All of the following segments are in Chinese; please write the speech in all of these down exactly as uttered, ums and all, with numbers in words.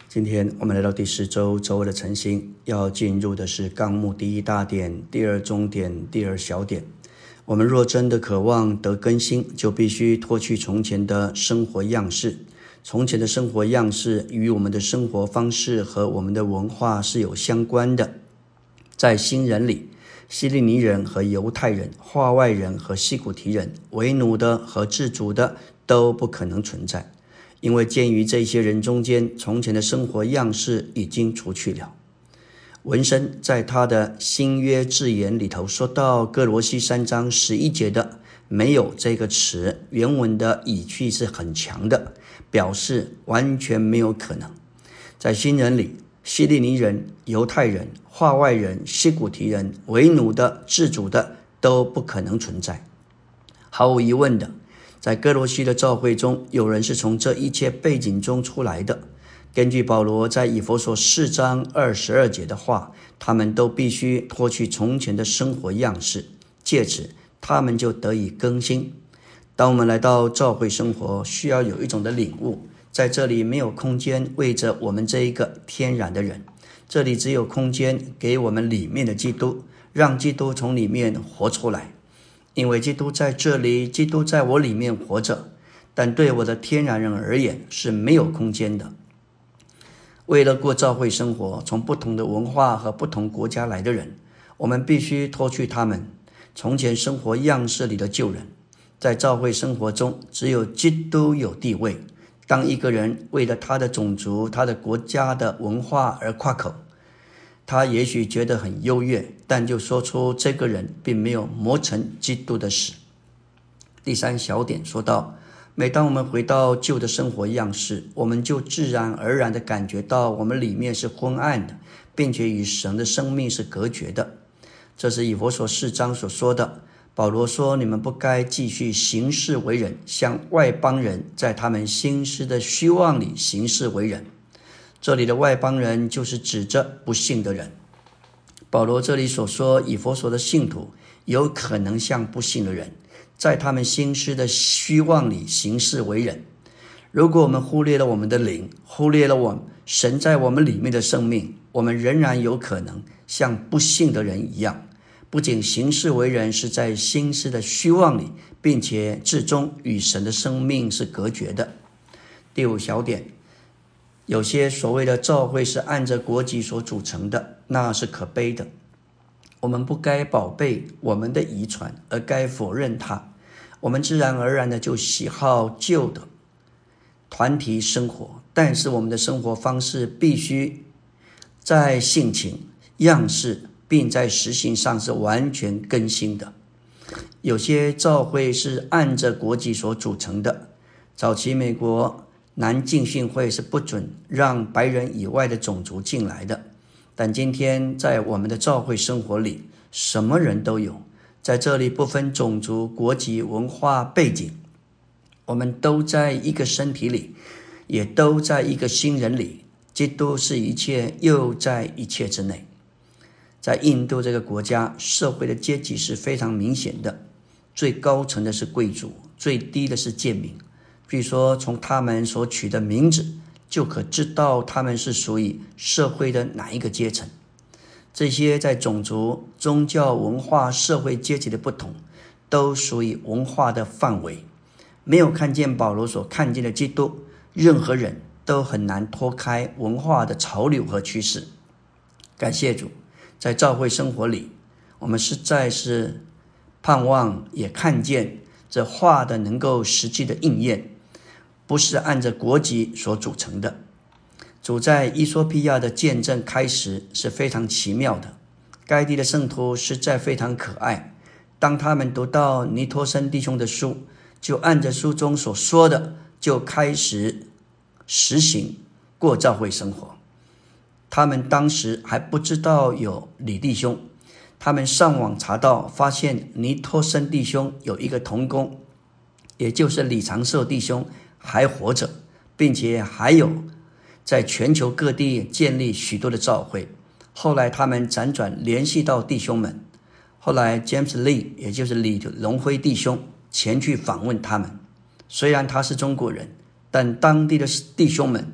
今天我们来到第十周周二的晨星，要进入的是纲目第一大点、第二中点、第二小点。我们若真的渴望得更新，就必须脱去从前的生活样式。从前的生活样式与我们的生活方式和我们的文化是有相关的。在新人里，希利尼人和犹太人、化外人和西古提人、为奴的和自主的都不可能存在。因为鉴于这些人中间从前的生活样式已经除去了。文森在他的新约字眼里头说到哥罗西三章十一节的没有这个词，原文的语气是很强的，表示完全没有可能。在新人里，希利尼人、犹太人、化外人、西古提人、为奴的、自主的都不可能存在。毫无疑问的，在哥罗西的教会中，有人是从这一切背景中出来的。根据保罗在以弗所四章二十二节的话，他们都必须脱去从前的生活样式，借此他们就得以更新。当我们来到教会生活，需要有一种的领悟，在这里没有空间为着我们这一个天然的人，这里只有空间给我们里面的基督，让基督从里面活出来。因为基督在这里，基督在我里面活着，但对我的天然人而言是没有空间的。为了过教会生活，从不同的文化和不同国家来的人，我们必须脱去他们从前生活样式里的旧人。在教会生活中，只有基督有地位。当一个人为了他的种族、他的国家的文化而夸口，他也许觉得很优越，但就说出这个人并没有磨成基督的死。第三小点说到，每当我们回到旧的生活样式，我们就自然而然地感觉到我们里面是昏暗的，并且与神的生命是隔绝的。这是以弗所四章所说的。保罗说，你们不该继续行事为人，像外邦人在他们心思的虚妄里行事为人。这里的外邦人就是指着不信的人。保罗这里所说以弗所的信徒有可能像不信的人，在他们心思的虚妄里行事为人。如果我们忽略了我们的灵，忽略了我们神在我们里面的生命，我们仍然有可能像不信的人一样，不仅行事为人是在心思的虚妄里，并且至终与神的生命是隔绝的。第五小点，有些所谓的教会是按着国籍所组成的，那是可悲的。我们不该宝贝我们的遗传，而该否认它。我们自然而然的就喜好旧的团体生活，但是我们的生活方式必须在性情、样式并在实行上是完全更新的。有些教会是按着国籍所组成的。早期美国南浸信会是不准让白人以外的种族进来的，但今天在我们的教会生活里，什么人都有，在这里不分种族、国籍、文化背景，我们都在一个身体里，也都在一个新人里。基督是一切，又在一切之内。在印度这个国家，社会的阶级是非常明显的，最高层的是贵族，最低的是贱民。据说从他们所取的名字就可知道他们是属于社会的哪一个阶层。这些在种族、宗教、文化、社会阶级的不同，都属于文化的范围。没有看见保罗所看见的基督，任何人都很难脱开文化的潮流和趋势。感谢主，在教会生活里，我们实在是盼望也看见这话的能够实际的应验，不是按着国籍所组成的。主在伊索比亚的见证开始是非常奇妙的，该地的圣徒实在非常可爱。当他们读到尼托生弟兄的书，就按着书中所说的，就开始实行过教会生活。他们当时还不知道有李弟兄，他们上网查到，发现尼托生弟兄有一个同工，也就是李长寿弟兄还活着，并且还有在全球各地建立许多的教会。后来他们辗转联系到弟兄们，后来 James Lee 也就是李龙辉弟兄前去访问他们。虽然他是中国人，但当地的弟兄们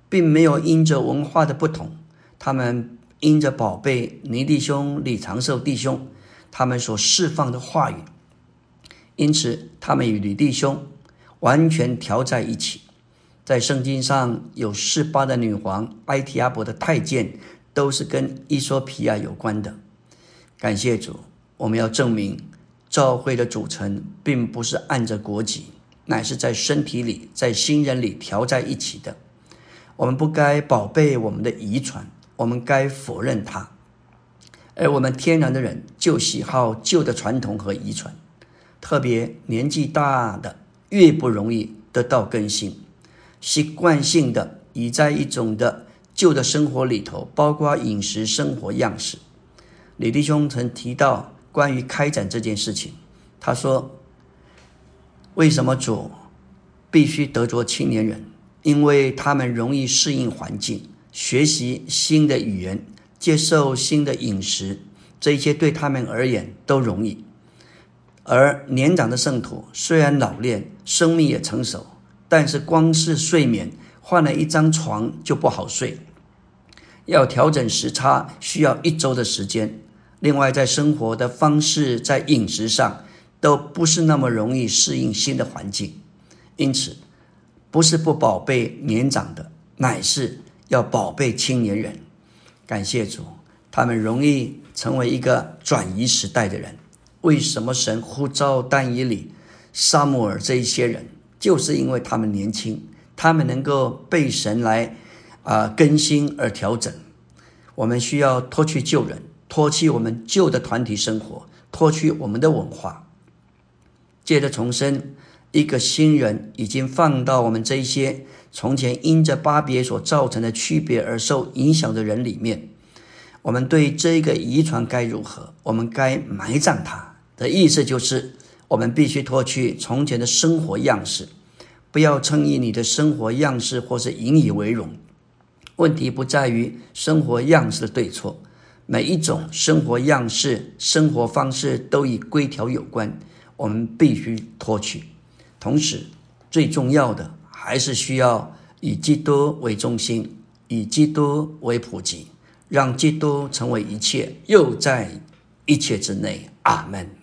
并没有因着文化的不同，他们因着宝贝尼弟兄、李长寿弟兄他们所释放的话语，因此他们与李弟兄完全调在一起。在圣经上有示巴的女皇、埃提阿伯的太监，都是跟伊索比亚有关的。感谢主，我们要证明教会的组成并不是按着国籍，乃是在身体里，在新人里调在一起的。我们不该宝贝我们的遗传，我们该否认它。而我们天然的人就喜好旧的传统和遗传，特别年纪大的越不容易得到更新，习惯性的已在一种的旧的生活里头，包括饮食生活样式。李弟兄曾提到关于开展这件事情，他说，为什么主必须得着青年人？因为他们容易适应环境，学习新的语言，接受新的饮食，这一切对他们而言都容易。而年长的圣徒虽然老练，生命也成熟，但是光是睡眠，换了一张床就不好睡，要调整时差需要一周的时间。另外在生活的方式，在饮食上都不是那么容易适应新的环境。因此不是不宝贝年长的，乃是要宝贝青年人。感谢主，他们容易成为一个转移时代的人。为什么神呼召但以理、撒母耳这一些人，就是因为他们年轻，他们能够被神来、呃、更新而调整。我们需要脱去旧人，脱去我们旧的团体生活，脱去我们的文化，借着重生一个新人已经放到我们这一些从前因着巴别所造成的区别而受影响的人里面。我们对这个遗传该如何？我们该埋葬它的意思就是，我们必须脱去从前的生活样式，不要称以你的生活样式或是引以为荣。问题不在于生活样式的对错，每一种生活样式、生活方式都与规条有关，我们必须脱去。同时最重要的还是需要以基督为中心，以基督为普及，让基督成为一切，又在一切之内。阿们。